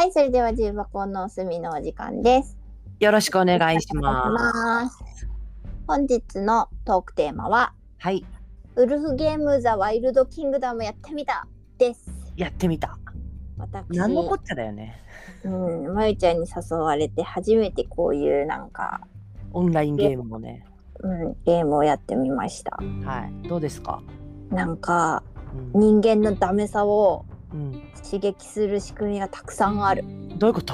い、それでは重箱の隅のお時間です。 よろしくお願いします。 本日のトークテーマは、 はい。 ウルフゲームザワイルドキングダムやってみたです。 やってみた。 私、 何のこっちゃだよね。 まゆちゃんに誘われて初めてこういうなんかオンラインゲームもね、 ゲームをやってみました。 はい。どうですか？ なんか、人間のダメさを刺激する仕組みがたくさんある。 どういうこと？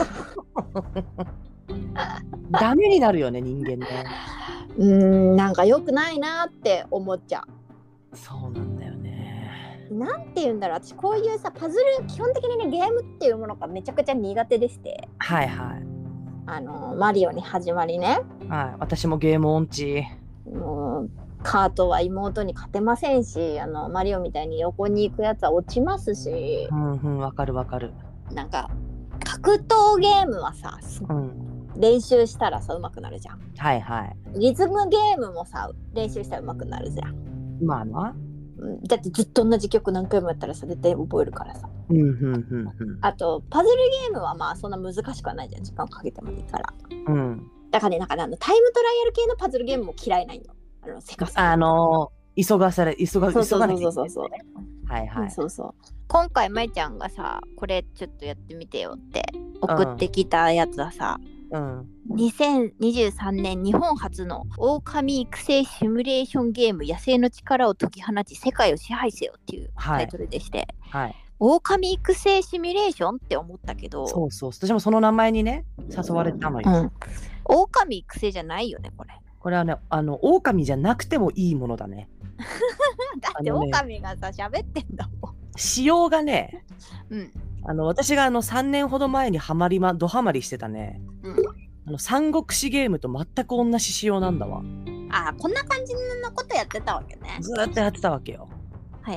ダメになるよね、人間ね。 なんか良くないなって思っちゃう。 そうなんだよね。 なんて言うんだろう、私こういうさパズル、基本的にねゲームっていうものがめちゃくちゃ苦手でして、 はいはい。 マリオに始まりね、 はい。私もゲーム音痴。 もうカートは妹に勝てませんし、マリオみたいに横に行くやつは落ちますし、 わかるわかる。 なんか格闘ゲームはさ、練習したらさ上手くなるじゃん。 はいはい。 リズムゲームもさ練習したら上手くなるじゃん。 まあな。 だってずっと同じ曲何回もやったらさ絶対覚えるからさ。あとパズルゲームはまあそんな難しくはないじゃん、時間かけてもいいから。だからね、なんかタイムトライアル系のパズルゲームも嫌いないの。せかさ急がない。 そう。はいはい。そう。今回まいちゃんがさ、これちょっとやってみてよって送ってきたやつはさ、2023年日本初の狼育成シミュレーションゲーム、野生の力を解き放ち世界を支配せよっていうタイトルでして、狼育成シミュレーションって思ったけど、 そう私もその名前にね誘われたのよ。 狼育成じゃないよねこれ。 これはね、狼じゃなくてもいいものだね。 だって狼がさ喋ってんだもん。 仕様がね、私が3年ほど前にドハマりしてたね、三国志ゲームと全く同じ仕様なんだわ。 こんな感じのことやってたわけね。 ずっとやってたわけよ。はい。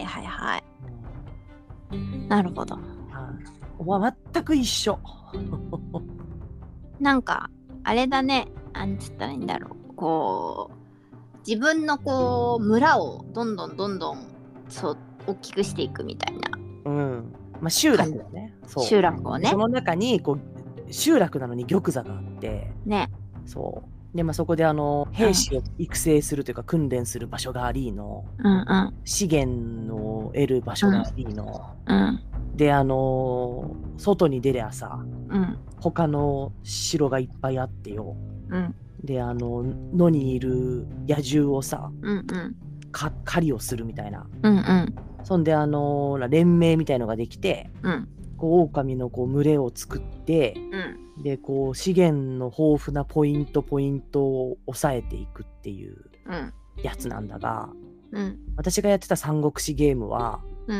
なるほど。 全く一緒。 なんかあれだね、なんつったらいいんだろう、こう自分のこう村をどんどんそう大きくしていくみたいな。 集落だね。 集落をね。 その中にこう集落なのに玉座があってね。 そうで、そこで兵士を育成するというか訓練する場所がありの、資源を得る場所がありの、で外に出りゃさ、他の城がいっぱいあってよ、で野にいる野獣をさ、狩りをするみたいな、そんで連盟みたいのができて、こう狼のこう群れを作って、でこう資源の豊富なポイントを抑えていくっていうやつなんだが、私がやってた三国志ゲームは、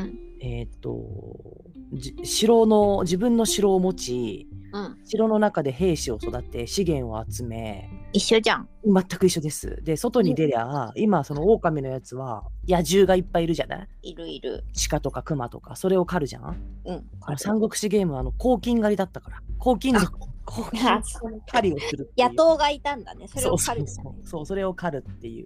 自分の城を持ち、城の中で兵士を育て資源を集め。一緒じゃん。全く一緒です。で外に出りゃ、今その狼のやつは野獣がいっぱいいるじゃない。いる。鹿とか熊とかそれを狩るじゃん。三国志ゲームは黄金狩りだったから、黄金狩りをする。野党がいたんだね。それを狩る。そうそれを狩るっていう。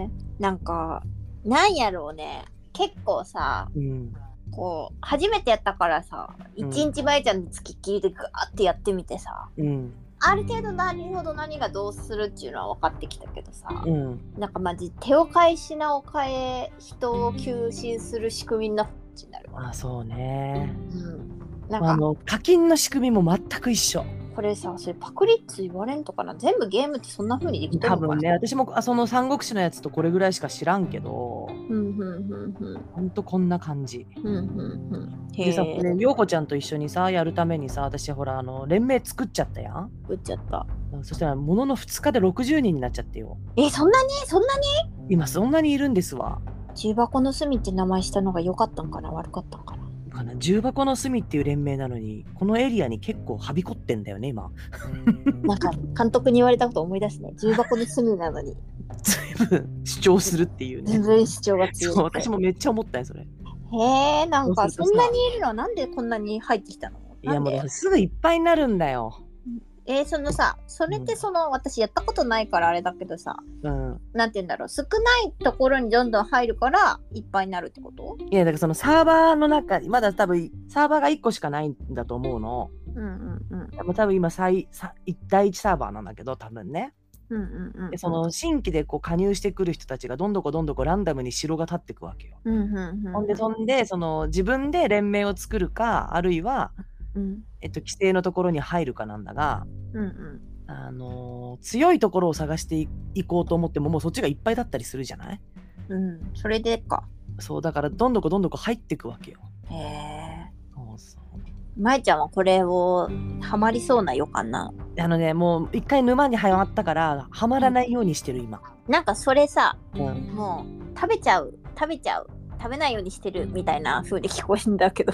なんかなんやろうね、結構さ、こう初めてやったからさ、1日前ちゃんの付きっきりでガーってやってみてさ、ある程度何がどうするっていうのは分かってきたけどさ、なんかマジ手を変え品を変え人を求心する仕組みになる。そうね。なんか課金の仕組みも全く一緒。これさ、それパクリって言われんとかな。全部ゲームってそんな風にできてるのかな。多分ね、私もその三国志のやつとこれぐらいしか知らんけど、ほんとこんな感じ。でさ、これ陽子ちゃんと一緒にさやるためにさ、私ほら連盟作っちゃったやん。そしたらものの2日で60人になっちゃってよ。そんなに今そんなにいるんですわ。重箱の隅って名前したのが良かったんかな、悪かったんかな。重箱の隅っていう連盟なのにこのエリアに結構はびこってんだよね今。なんか監督に言われたこと思い出すね。重箱の隅なのに随分主張するっていうね。随分主張が強い。私もめっちゃ思ったよそれ。なんかそんなにいるのはなんでこんなに入ってきたの。いやもうすぐいっぱいになるんだよ。 そのさ、それって私やったことないからあれだけどさ、なんて言うんだろう、少ないところにどんどん入るからいっぱいになるってこと？ いや、だからそのサーバーの中、まだ多分サーバーが1個しかないんだと思うの。でも多分今第1サーバーなんだけど、多分ね。でその新規でこう加入してくる人たちがどんどんランダムに城が立っていくわけよ。そんでその自分で連盟を作るか、あるいは、規制のところに入るかなんだが、強いところを探していこうと思ってももうそっちがいっぱいだったりするじゃない？ それでか。 そうだからどんどん入っていくわけよ。 へえ。まえちゃんはこれをハマりそうな予感な。 もう一回沼にはまったからハマらないようにしてる今。 なんかそれさ、もう食べないようにしてるみたいな風に聞こえるんだけど。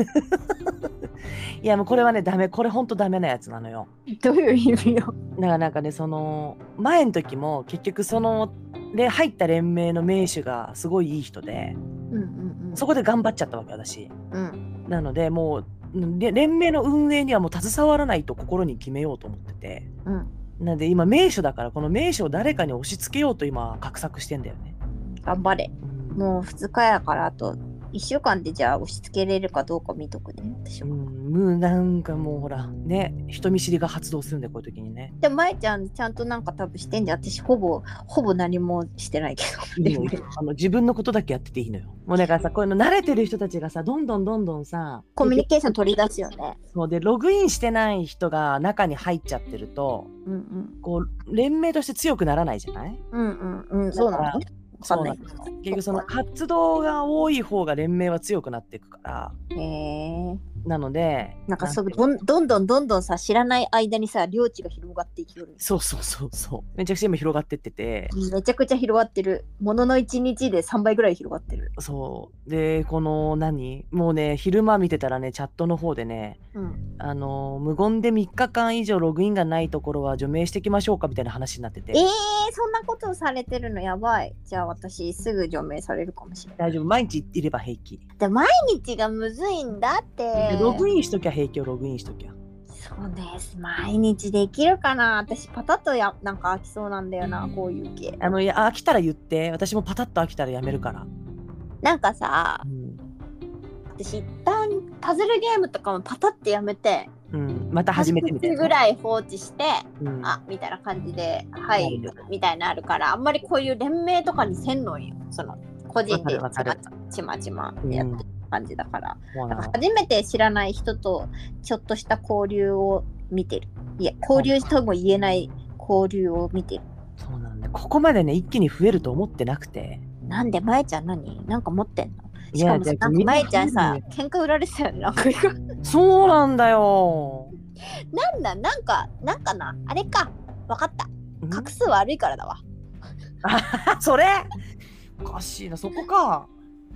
いやもうこれはねダメ、これほんとダメなやつなのよ。 どういう意味よ。 だからなんかね、その前の時も結局そので入った連盟の名手がすごいいい人で、そこで頑張っちゃったわけ私。なのでもう連盟の運営にはもう携わらないと心に決めようと思ってて、なので今名手だからこの名手を誰かに押し付けようと今画策してんだよね。 頑張れ。もう2日やからあと1週間でじゃあ押し付けれるかどうか見とくね。私は。 なんかもうほらね、人見知りが発動するんでこういう時にね。 でもまえちゃんちゃんとなんか多分してんで、私ほぼ何もしてないけど。自分のことだけやってていいのよ。もうだからさ、こういうの慣れてる人たちがさ、どんどんさ、 コミュニケーション取り出すよね。 そうでログインしてない人が中に入っちゃってると、こう連盟として強くならないじゃない？ そうなの？ そうなんです。結局その活動が多い方が連盟は強くなっていくから。なのでなんかどんどんさ、知らない間にさ領地が広がっていきよる。 そうめちゃくちゃ今広がってってて、 めちゃくちゃ広がってる。ものの1日で3倍ぐらい広がってる。 そうでこのもうね昼間見てたらねチャットの方でね、無言で3日間以上ログインがないところは除名していきましょうかみたいな話になってて。 そんなことをされてるのやばい。じゃあ私すぐ除名されるかもしれない。 大丈夫、毎日いれば平気。 で毎日がむずいんだって。 ログインしときゃ平気よ、ログインしときゃ。 そうです。毎日できるかな。私パタッとなんか飽きそうなんだよな、こういう系。 飽きたら言って、私もパタッと飽きたらやめるから。 なんかさ、私一旦パズルゲームとかもパタッとやめて、 また始めてみたいな。 ぐらい放置して、みたいな感じで入るみたいなあるから、あんまりこういう連盟とかにせんのよ。その個人でちまちまやってる感じだから、初めて知らない人とちょっとした交流を見てる。いや、交流とも言えない交流を見てる。 そうなんだ。ここまでね一気に増えると思ってなくて。 なんでまえちゃんなんか持ってんの？しかもさ、まえちゃんさ、喧嘩売られてたよね、なんか。 そうなんだよ。 なんかな、あれか、わかった。画数悪いからだわ。 それおかしいな、そこか。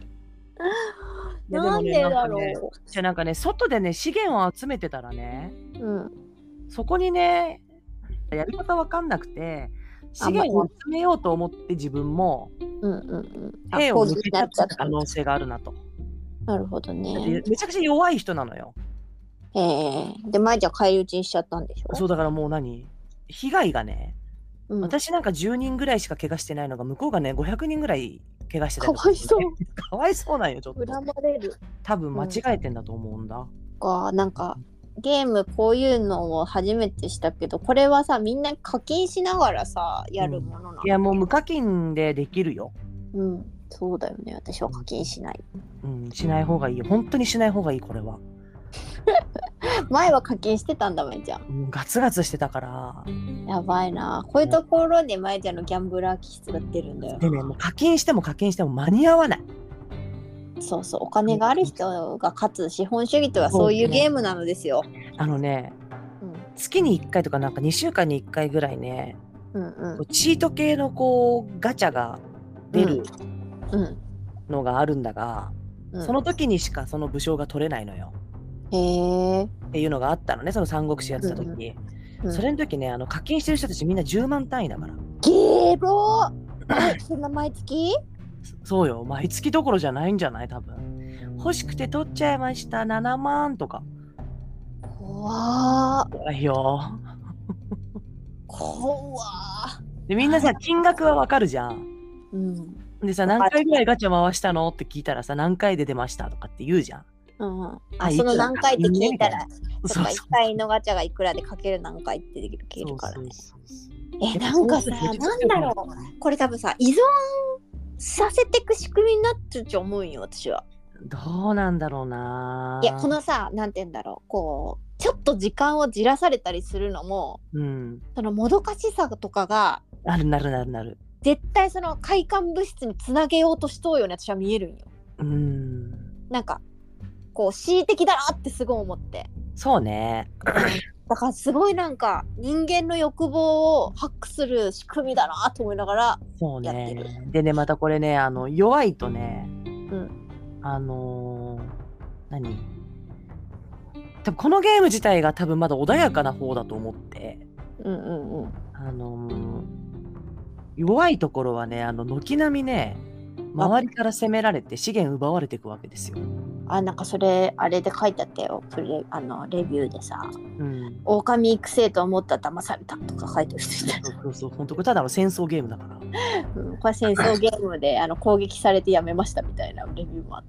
なんでだろう。 じゃなんかね、外でね、資源を集めてたらね、そこにね、やり方わかんなくて、資源を集めようと思って自分も、兵を抜けちゃった可能性があるなと。 なるほどね。 めちゃくちゃ弱い人なのよ。 で、前じゃ返り討ちにしちゃったんでしょ？ そうだからもう被害がね、私なんか10人ぐらいしか怪我してないのが、向こうがね500人ぐらい怪我してた。 かわいそう。 かわいそうなんよ、ちょっと。 恨まれる。 多分間違えてんだと思うんだ。 なんかゲームこういうのを初めてしたけど、これはさ、みんな課金しながらさやるものなの？ いやもう無課金でできるよ。 そうだよね。私は課金しない。 しない方がいいよ。本当にしない方がいい、これは。 前は課金してたんだ、まえちゃん。 ガツガツしてたから。 やばいな。こういうところでまえちゃんのギャンブラー気質が出るんだよ。 でね、もう課金しても間に合わない。 そうそう、お金がある人が勝つ資本主義とはそういうゲームなのですよ。 月に1回とかなんか2週間に1回ぐらいね、チート系のこうガチャが出るのがあるんだが、その時にしかその武将が取れないのよ。っていうのがあったのね、その三国志やってた時。それの時ね、課金してる人たちみんな10万単位だから。 ゲローそんな毎月？ そうよ、毎月どころじゃないんじゃない？多分欲しくて取っちゃいました7万とか。 怖いよ。 怖でみんなさ金額はわかるじゃん。うん。でさ、何回ぐらいガチャ回したのって聞いたらさ、何回で出ましたとかって言うじゃん。 うん。その何回って聞いたら、1回のガチャがいくらでかける何回ってできるからね。なんかさ、なんだろう。これ多分さ、依存させていく仕組みになってると思うんよ、私は。 どうなんだろうな。 いや、このさ、なんて言うんだろう。こう、ちょっと時間をじらされたりするのも、うん、そのもどかしさとかが、 なる。 絶対その快感物質につなげようとしとうように私は見えるんよ。なんかこう恣意的だなってすごい思って。 そうね。 だからすごいなんか人間の欲望をハックする仕組みだなと思いながらやってる。 そうね。でね、またこれね、弱いとね、何多分このゲーム自体が多分まだ穏やかな方だと思って、弱いところはね、軒並みね、周りから攻められて資源奪われていくわけですよ。 なんかそれあれで書いてあったよ、レビューでさ、狼育成と思ったら騙されたとか書いてる人いた。 そう本当これただの戦争ゲームだから。 これ戦争ゲームで攻撃されてやめましたみたいなレビューもあった。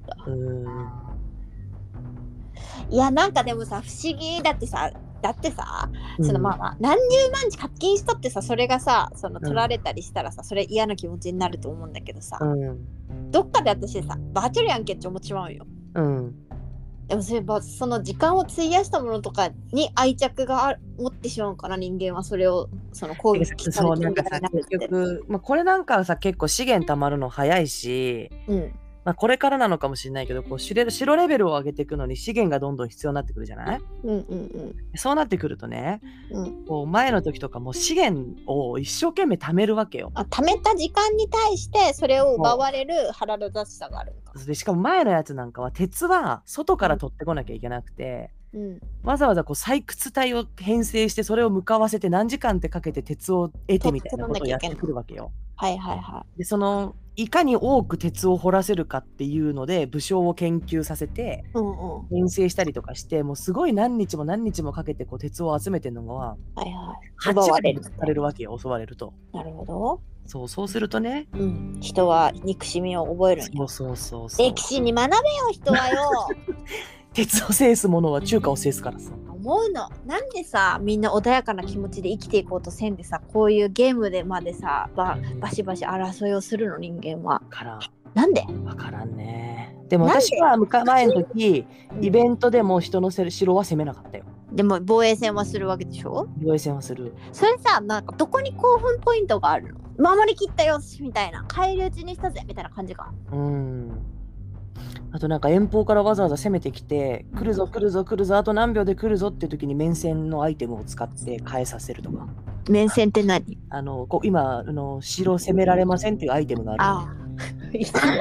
いやなんかでもさ不思議だってさ。そのまあ何十万日課金しとってさ、それがさ取られたりしたらさ、それ嫌な気持ちになると思うんだけどさ、どっかで私さバーチャルやんけって思っちまうよ。でもその時間を費やしたものとかに愛着が持ってしまうから人間はそれを攻撃されてるみたいになって。 結局、これなんかはさ結構資源たまるの早いし、これからなのかもしれないけど、こう白レベルを上げていくのに資源がどんどん必要になってくるじゃない？そうなってくるとね、こう前の時とかも資源を一生懸命貯めるわけよ。 貯めた時間に対してそれを奪われる腹立たしさがあるのか。 でしかも前のやつなんかは鉄は外から取ってこなきゃいけなくて、わざわざこう採掘体を編成してそれを向かわせて何時間ってかけて鉄を得てみたいなことをやってくるわけよ。でいかに多く鉄を掘らせるかっていうので武将を研究させて編成したりとかして、もうすごい何日もかけてこう鉄を集めてるのが8割にされるわけよ、襲われると。 なるほど。 そうするとね、 人は憎しみを覚えるんよ。そう歴史に学べよ人はよ。 鉄を制す者は中華を制すからさ。 思うの。なんでさみんな穏やかな気持ちで生きていこうとせんでさ、こういうゲームでまでさバシバシ争いをするの人間は。なんで？ わからんね。でも私は前の時イベントでも人の城は攻めなかったよ。 でも防衛戦はするわけでしょ？ 防衛戦はする。 それさ、なんかどこに興奮ポイントがあるの？守りきったよしみたいな、返り討ちにしたぜみたいな感じか。 あとなんか遠方からわざわざ攻めてきて、来るぞあと何秒で来るぞっていう時に面戦のアイテムを使って返させるとか。 面戦って何？ 今城攻められませんっていうアイテムがある。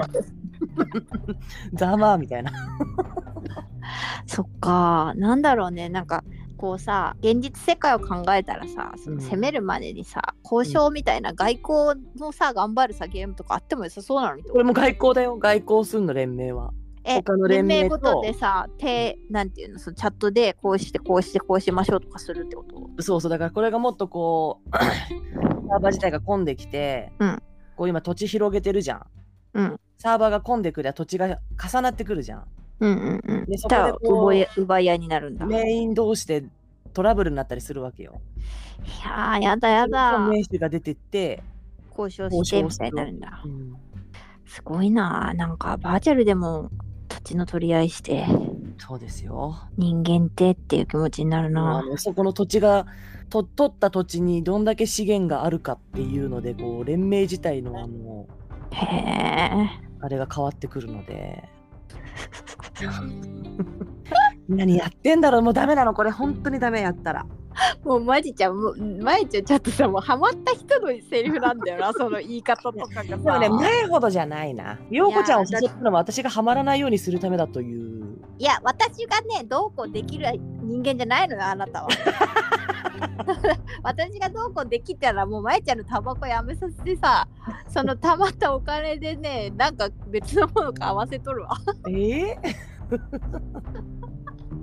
ざまーみたいな。 そっか、なんだろうね、なんかこうさ、現実世界を考えたらさ、攻めるまでにさ、交渉みたいな外交のさ、頑張るさゲームとかあっても良さそうなのに。 これも外交だよ、外交すんの連盟は。 他の連盟ごとでさ、なんていうの、チャットでこうしてこうしましょうとかするってこと？そうだからこれがもっとこうサーバー自体が混んできて、こう今土地広げてるじゃん。サーバーが混んでくりゃ土地が重なってくるじゃん。 でそこでこう奪い合いになるんだ。 メイン同士でトラブルになったりするわけよ。 いやー、やだ。 名手が出てって交渉してみたいになるんだ。すごいな。なんかバーチャルでも土地の取り合いして。 そうですよ。 人間っていう気持ちになるな。 そこの土地が取った土地にどんだけ資源があるかっていうので、こう連盟自体のあれが変わってくるので。何やってんだろう、もうダメなのこれ、本当にダメやったら。 もうマジちゃんちょっとさ、もうハマった人のセリフなんだよな。その言い方とかがさ。でもね、前ほどじゃないな。陽子ちゃんを誘ったのは私がハマらないようにするためだという。 いや、私がねどうこうできる人間じゃないのよ、あなたは。私がどうこうできたらもうまえちゃんのタバコやめさせてさ、そのたまったお金でね、なんか別のもの買わせとるわ。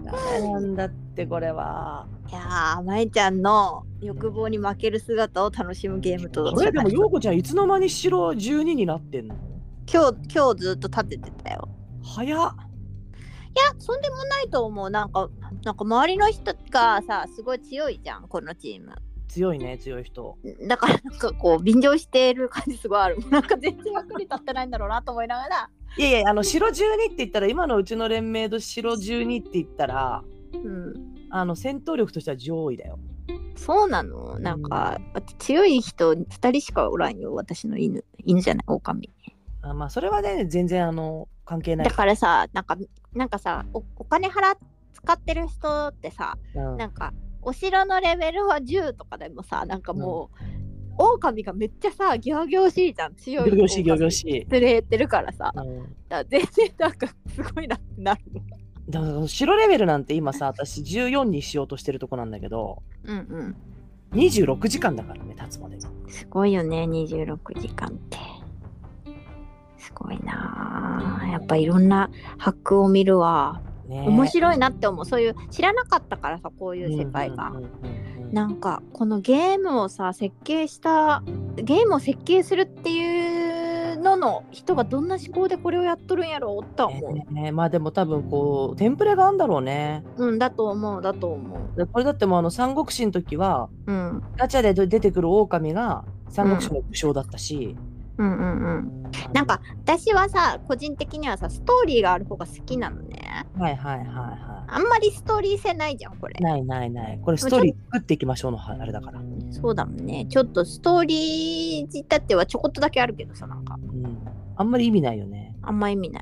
ダメなんだってこれは。 いやー、まえちゃんの欲望に負ける姿を楽しむゲームと。 これでも陽子ちゃんいつの間に白12になってんの？ 今日ずっと立ててたよ。 早っ。いや、そんでもないと思う。なんか周りの人がさ、すごい強いじゃん、このチーム。 強いね、強い人。 だからなんかこう便乗してる感じすごいある。なんか全然役に立ってないんだろうなと思いながら。 いやいや、白12って言ったら、今のうちの連盟で白12って言ったら、戦闘力としては上位だよ。 そうなの？なんか、強い人2人しかおらんよ、私の犬じゃない、狼。 まあそれはね、全然関係ない。 だからさ、なんかさ、お金使ってる人ってさ、なんかお城のレベルは10とかでもさ、なんかもう、狼がめっちゃさ、ギョギョしいじゃん。強い。 ギョギョしい、ギョギョしい。 連れてるからさ、だから全然なんかすごいなってなるの。 だから白レベルなんて今さ、私14にしようとしてるとこなんだけど、26時間だからね、経つまで。 すごいよね、26時間って。すごいなぁ。やっぱいろんなハックを見るわ。面白いなって思う。そういう知らなかったからさ、こういう世界が。なんかこのゲームをさ、ゲームを設計するっていうの人がどんな思考でこれをやっとるんやろうって思う。 まあでも多分こうテンプレがあるんだろうね。 だと思う。 これだってもう三国志の時は、ガチャで出てくる狼が三国志の武将だったし。 なんか私はさ、個人的にはさ、ストーリーがある方が好きなのね。あんまりストーリー性ないじゃん、これ。 ない。これストーリー作っていきましょうのあれだから。 そうだもんね。ちょっとストーリー自体はちょこっとだけあるけどさ、なんか。 あんまり意味ないよね。 あんま意味ない。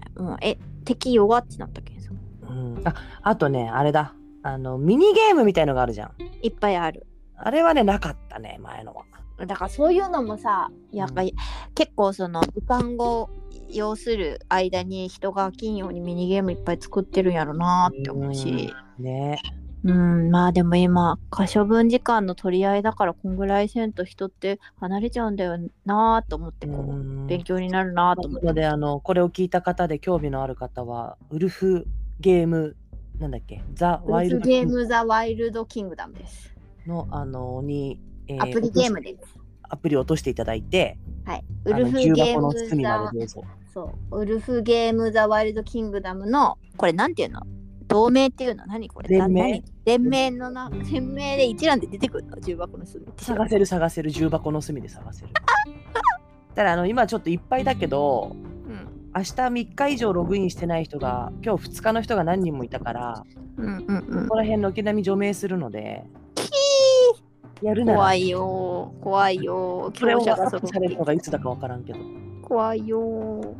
敵弱ってなったっけさ。 あとね、あれだ。ミニゲームみたいのがあるじゃん。 いっぱいある。 あれはね、なかったね、前のは。 だからそういうのもさ、やっぱり結構その時間を要する間に人が飽きんようにミニゲームいっぱい作ってるんやろなって思うし。まあでも今可処分時間の取り合いだからこんぐらいせんと人って離れちゃうんだよなと思って、こう勉強になるなと思って。 でこれを聞いた方で興味のある方はウルフゲームなんだっけ、 ウルフゲームザワイルドキングダムですのにアプリゲームです。 アプリを落としていただいて、 ウルフゲームウルフゲームザワイルドキングダムのこれなんていうの？同盟っていうの？何これ？連盟の連盟で一覧で出てくるの？重箱の隅。 探せる重箱の隅で探せる。ただ今ちょっといっぱいだけど、明日3日以上ログインしてない人が今日2日の人が何人もいたから、ここら辺軒並み除名するので。やるなら怖いよ。 これをアップされるのがいつだかわからんけど。 怖いよ。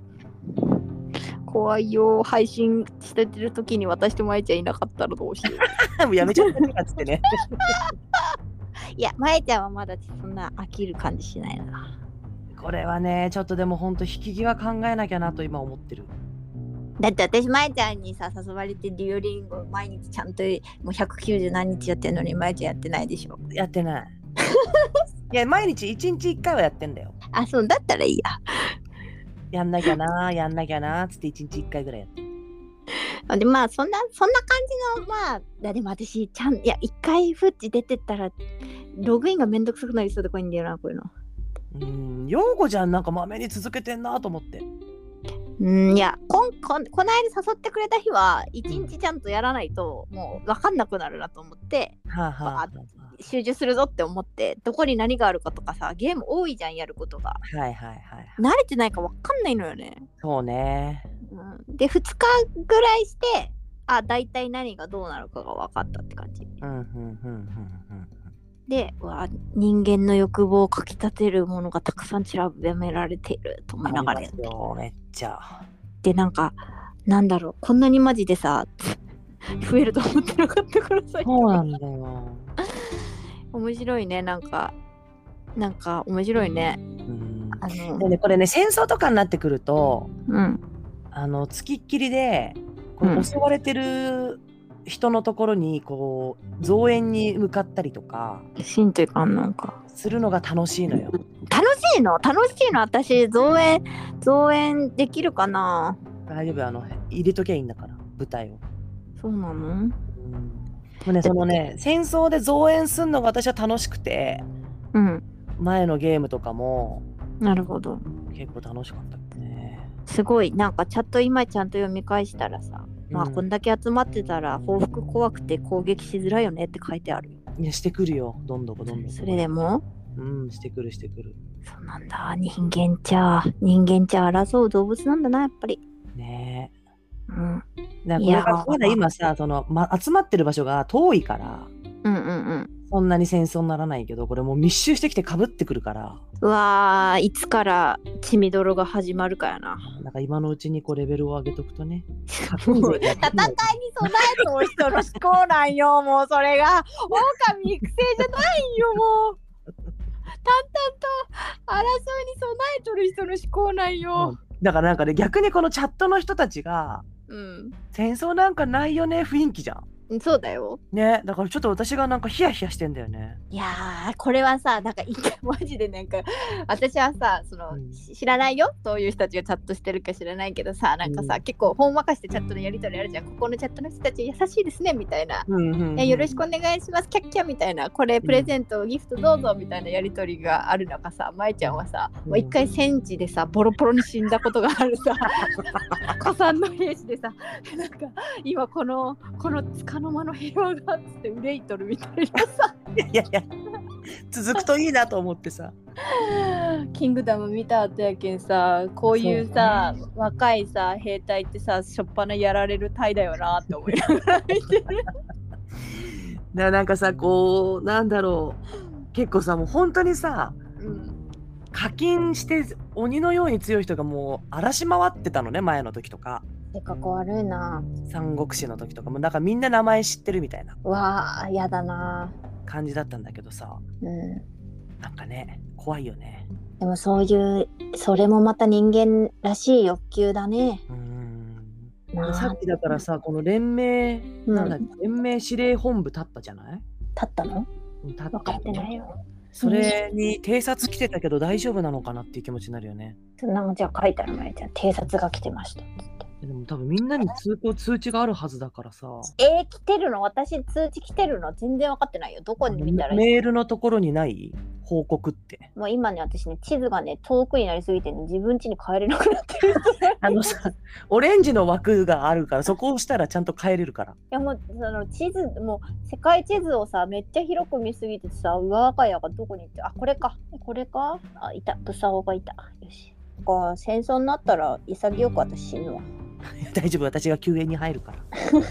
配信してる時に私とまえちゃんいなかったらどうしよう。もうやめちゃったかっつってね。 いや、まえちゃんはまだそんな飽きる感じしないな。 これはね、ちょっとでもほんと引き際考えなきゃなと今思ってる。 だって私まえちゃんにさ誘われてデュオリンゴ毎日ちゃんともう190何日やってんのにまえちゃんやってないでしょ。 やってない。いや毎日1日1回はやってんだよ。 あ、そうだったらいいや。 やんなきゃなつって1日1回ぐらいやってる。 でまあそんな感じのでも私1回フッチ出てったらログインがめんどくさくなりそうで怖いんだよな、こういうの。ヨーコちゃんなんかまめに続けてんなと思って。 いやこの間誘ってくれた日は1日ちゃんとやらないともう分かんなくなるなと思って、集中するぞって思って、どこに何があるかとかさ、ゲーム多いじゃん、やることが。慣れてないか分かんないのよね。 そうね。 で2日ぐらいしてだいたい何がどうなるかが分かったって感じ。で、人間の欲望をかきたてるものがたくさん散らべめられていると思いながらやって。 めっちゃ。 でなんだろう、こんなにマジでさ増えると思ってなかったからさ。 そうなんだよ。 面白いね、なんか面白いね。 でね、これね、戦争とかになってくると、つきっきりでこう襲われてる人のところにこう増援に向かったりとかするのが楽しいのよ。 楽しいの私増援できるかな。 大丈夫、入れときゃいいんだから舞台を。 そうなの？もうね、そのね、戦争で増援すんのが私は楽しくて、前のゲームとかもなるほど結構楽しかったね。 すごいなんかチャット今ちゃんと読み返したらさ、まあこんだけ集まってたら報復怖くて攻撃しづらいよねって書いてある。 いや、してくるよ、どんどん。 それでもしてくる。 そうなんだ。人間ちゃ争う動物なんだな、やっぱり。 ねえ。だからまだ今さ、集まってる場所が遠いから、そんなに戦争にならないけど、これもう密集してきてかぶってくるから。 うわー、いつから血みどろが始まるかやな。 なんか今のうちにこうレベルを上げとくとね。 戦いに備えとる人の思考なんよ、もうそれが。狼育成じゃないよ、もう。淡々と争いに備えとる人の思考なんよ。 だからなんかね、逆にこのチャットの人たちが、戦争なんかないよね雰囲気じゃん。 そうだよね。だからちょっと私がなんかヒヤヒヤしてんだよね。 いやー、これはさ、なんか一回マジでなんか私はさ、知らないよ、そういう人たちがチャットしてるか知らないけどさ、なんかさ、結構ほんわかしてチャットのやり取りあるじゃん。ここのチャットの人たち優しいですねみたいな、よろしくお願いしますキャッキャみたいな、これプレゼントギフトどうぞみたいなやり取りがある中さ、まいちゃんはさ、もう一回戦地でさボロボロに死んだことがあるさ古参の兵士でさ、なんか今この束の間の平和がっつって憂いとるみたいなさいや続くといいなと思ってさキングダム見た後やけんさ、こういうさ、若いさ兵隊ってさ、しょっぱなやられる隊だよなって思いながら見てるなんかさ、こうなんだろう、結構さ、もう本当にさ、課金して鬼のように強い人がもう荒らし回ってたのね、前の時とか。 性格悪いな。 三国志の時とかもなんかみんな名前知ってるみたいな。 わあ、やだな。 感じだったんだけどさ、なんかね、怖いよね。 でもそういう、それもまた人間らしい欲求だね。 さっきだからさ、この連盟、連盟司令本部立ったじゃない？ 立ったの？ 立った。 分かってないよ。 それに偵察来てたけど大丈夫なのかなっていう気持ちになるよね。 なんかじゃあ書いたらまいちゃん、偵察が来てましたって。 でも多分みんなに通知があるはずだからさ。 来てるの？私通知来てるの？全然分かってないよ。どこに見たらいい？ メールのところにない報告って。 もう今ね、私ね、地図がね遠くになりすぎて、ね、自分家に帰れなくなってるさ、オレンジの枠があるから、そこを押したらちゃんと帰れるから。いやもうその地図、もう世界地図をさめっちゃ広く見すぎてさ、我が家がどこに行って、あ、これか、あ、いた、ブサオがいた。よし、戦争になったら潔く私死ぬわ。 大丈夫、私が救援に入るから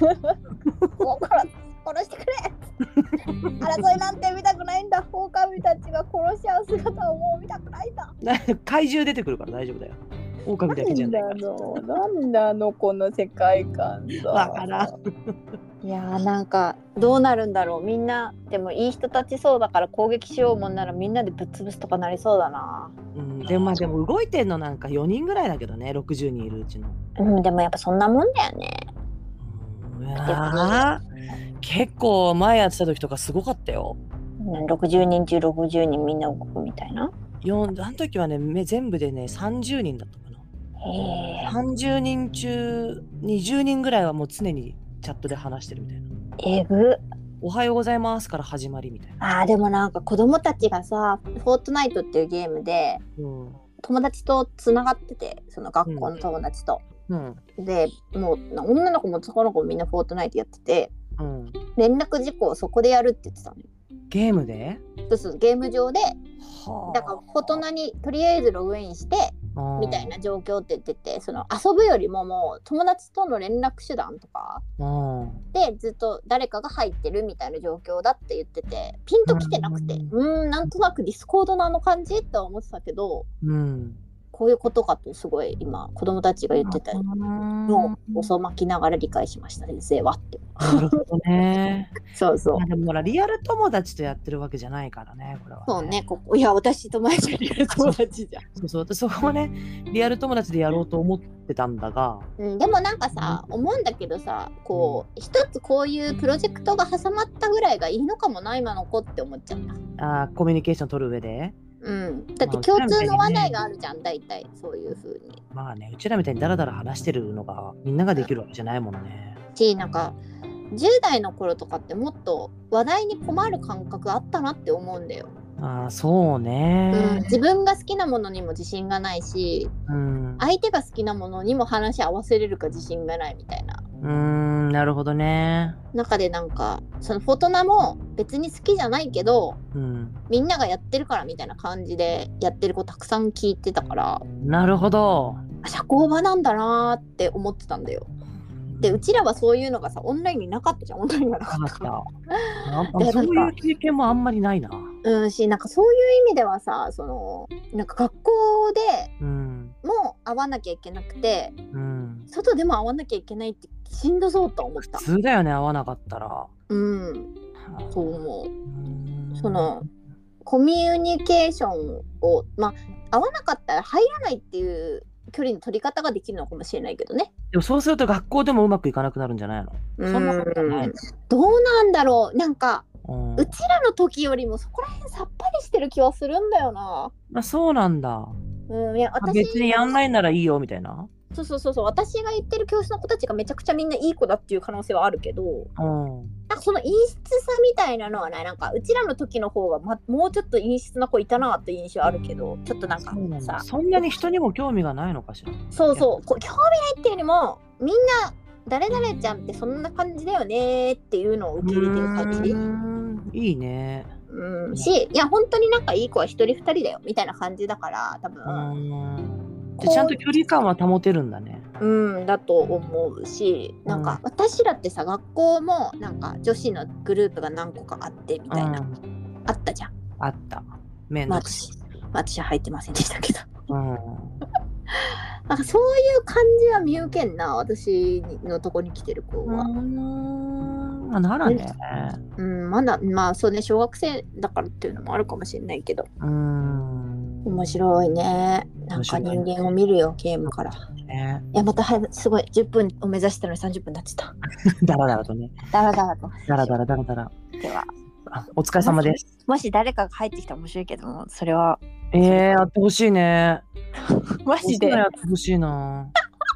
殺してくれ争いなんて見たくないんだ。狼たちが殺し合う姿をもう見たくないんだ怪獣出てくるから大丈夫だよ。狼だけじゃないから。 なんだのこの世界観さ。 わからんいやー、なんかどうなるんだろう。みんなでもいい人たちそうだから攻撃しようもんならみんなでぶっ潰すとかなりそうだな。 でも動いてんのなんか4人ぐらいだけどね、60人いるうちの。 でもやっぱそんなもんだよね。 結構前やってた時とかすごかったよ。 60人中60人みんな動くみたいな。 あの時はね、全部でね30人だったかな。30人中20人ぐらいはもう常にチャットで話してるみたいな。おはようございますから始まりみたいな。 でもなんか子供たちがさ、フォートナイトっていうゲームで、友達とつながってて、その学校の友達と、でもう女の子も男の子もみんなフォートナイトやってて、連絡事項をそこでやるって言ってたのよ。 ゲームで？ そう、ゲーム上で、だからフォトナにとりあえずログインしてみたいな状況って言ってて、その遊ぶよりももう友達との連絡手段とかでずっと誰かが入ってるみたいな状況だって言ってて、ピンときてなくて、なんとなくディスコードのあの感じって思ってたけど、こういうことかとすごい今子供たちが言ってたのを遅まきながら理解しましたね、先生はって。 なるほどね。 そう。 でもほらリアル友達とやってるわけじゃないからね、これは、ね。 そうね、いや私と前じゃリアル友達じゃん。 そう、そこはねリアル友達でやろうと思ってたんだが、 でもなんかさ、思うんだけどさ、一つこういうプロジェクトが挟まったぐらいがいいのかもな、今の子って思っちゃった。 コミュニケーション取る上で。 だって共通の話題があるじゃん、大体そういう風に。 まあね、うちらみたいにダラダラ話してるのがみんなができるわけじゃないもんね。 なんか 10代の頃とかってもっと話題に困る感覚あったなって思うんだよ。 そうね、 自分が好きなものにも自信がないし、相手が好きなものにも話合わせれるか自信がないみたいな。 なるほどね。 中でなんかそのフォトナも別に好きじゃないけど、みんながやってるからみたいな感じでやってる子たくさん聞いてたから。 なるほど。 社交場なんだなーって思ってたんだよ。でうちらはそういうのがさオンラインになかったじゃん。オンラインがなかったからそういう経験もあんまりないな。 なんかそういう意味ではさ、そのなんか学校でも会わなきゃいけなくて、外でも会わなきゃいけないってしんどそうと思った。 普通だよね、会わなかったら。 そう思う。そのコミュニケーションを会わなかったら入らないっていう距離の取り方ができるのかもしれないけどね。 でもそうすると学校でもうまくいかなくなるんじゃないの？そんなことない。 どうなんだろう。なんかうちらの時よりもそこら辺さっぱりしてる気はするんだよな。 そうなんだ。 いや私別にやんないならいいよみたいな。 そう私が言ってる教室の子たちがめちゃくちゃみんないい子だっていう可能性はあるけど、なんかその陰湿さみたいなのはね、なんかうちらの時の方が、もうちょっと陰湿な子いたなって印象あるけど、ちょっとなんかさ、 そんなに人にも興味がないのかしら。 興味ないっていうよりもみんな誰々ちゃんってそんな感じだよねっていうのを受け入れてる感じ。 いいね。 いや本当になんかいい子は一人二人だよみたいな感じだから多分。 ちゃんと距離感は保てるんだね。 だと思うし、なんか私らってさ学校もなんか女子のグループが何個かあってみたいな、あったじゃん。 あった。 私は入ってませんでしたけど。なんかそういう感じは見受けんな、私のとこに来てる子は。 ならね。 まだそうね、小学生だからっていうのもあるかもしれないけど。面白いね。なんか人間を見るよ、ゲームから。いや、またすごい、10分を目指したのに30分経ってた。 だらだらとね。 だらだらと。 だらだらだらだら。 では、 お疲れ様です。 もし誰かが入ってきたら面白いけども、それは。 やってほしいね。 マジで。 やってほしいな。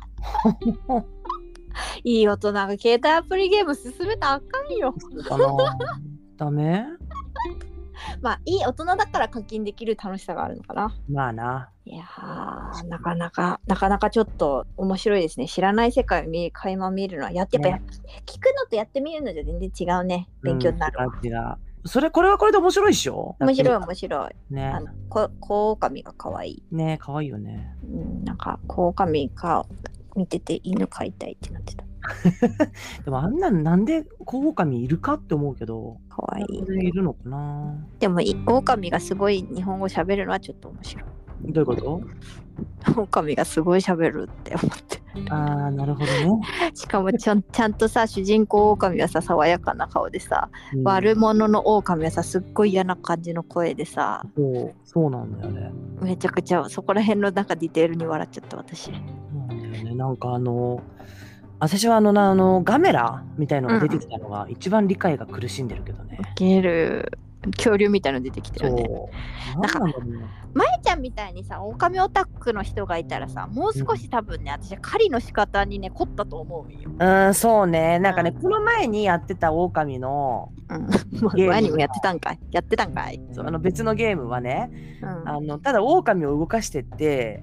いい大人が携帯アプリゲーム進めたらあかんよ。 ダメ？ いい大人だから課金できる楽しさがあるのかな。 まあな。 いやー、なかなかちょっと面白いですね。知らない世界を垣間見るのはやっぱ聞くのとやってみるのじゃ全然違うね。勉強になるわ。 これはこれで面白いっしょ？ 面白い。 ね。 コオオカミが可愛い。 ね、可愛いよね。 なんかコオオカミが見てて犬飼いたいってなってた。 でもなんでコウオカミいるかって思うけど、 可愛い。 いるのかな。 でもオオカミがすごい日本語喋るのはちょっと面白い。 どういうこと？ オオカミがすごい喋るって思って。 なるほどね。 しかもちゃんとさ、主人公オオカミはさ爽やかな顔でさ、悪者のオオカミはさすっごい嫌な感じの声でさ。 そうなんだよね。 めちゃくちゃそこら辺のなんかディテールに笑っちゃった私。 なんだよね。なんか私はガメラみたいのが出てきたのが一番理解が苦しんでるけどね。恐竜みたいの出てきてるね。なんかまえちゃんみたいにさ、オオカミオタクの人がいたらさ、もう少し多分ね、私は狩りの仕方にね凝ったと思うよ。 そうね。なんかね、この前にやってたオオカミの前にもやってたんかい。 別のゲームはね、ただオオカミを動かしてって、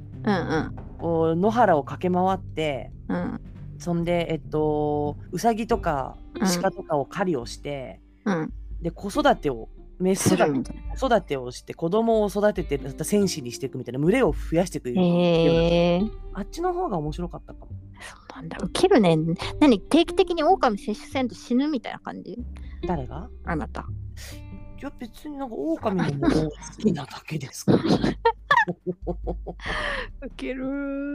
野原を駆け回って、そんでウサギとか鹿とかを狩りをして、で子育てを子育てをして子供を育てて戦士にしていくみたいな、群れを増やしていく。あっちの方が面白かったかも。 そうなんだ。ウケるね。定期的にオオカミ接種せんと死ぬみたいな感じ？ 誰が？ あなた。 いや別になんかオオカミのもの好きなだけですから。 ウケるー。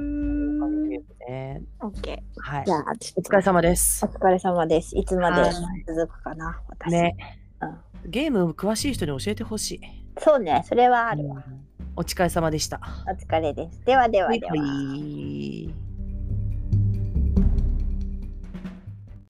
オッケー。 はい。じゃあお疲れ様です。 お疲れ様です。いつまで続くかな、私。ね。 ゲーム詳しい人に教えてほしい。 そうね、それはあるわ。 お疲れ様でした。 お疲れです。では。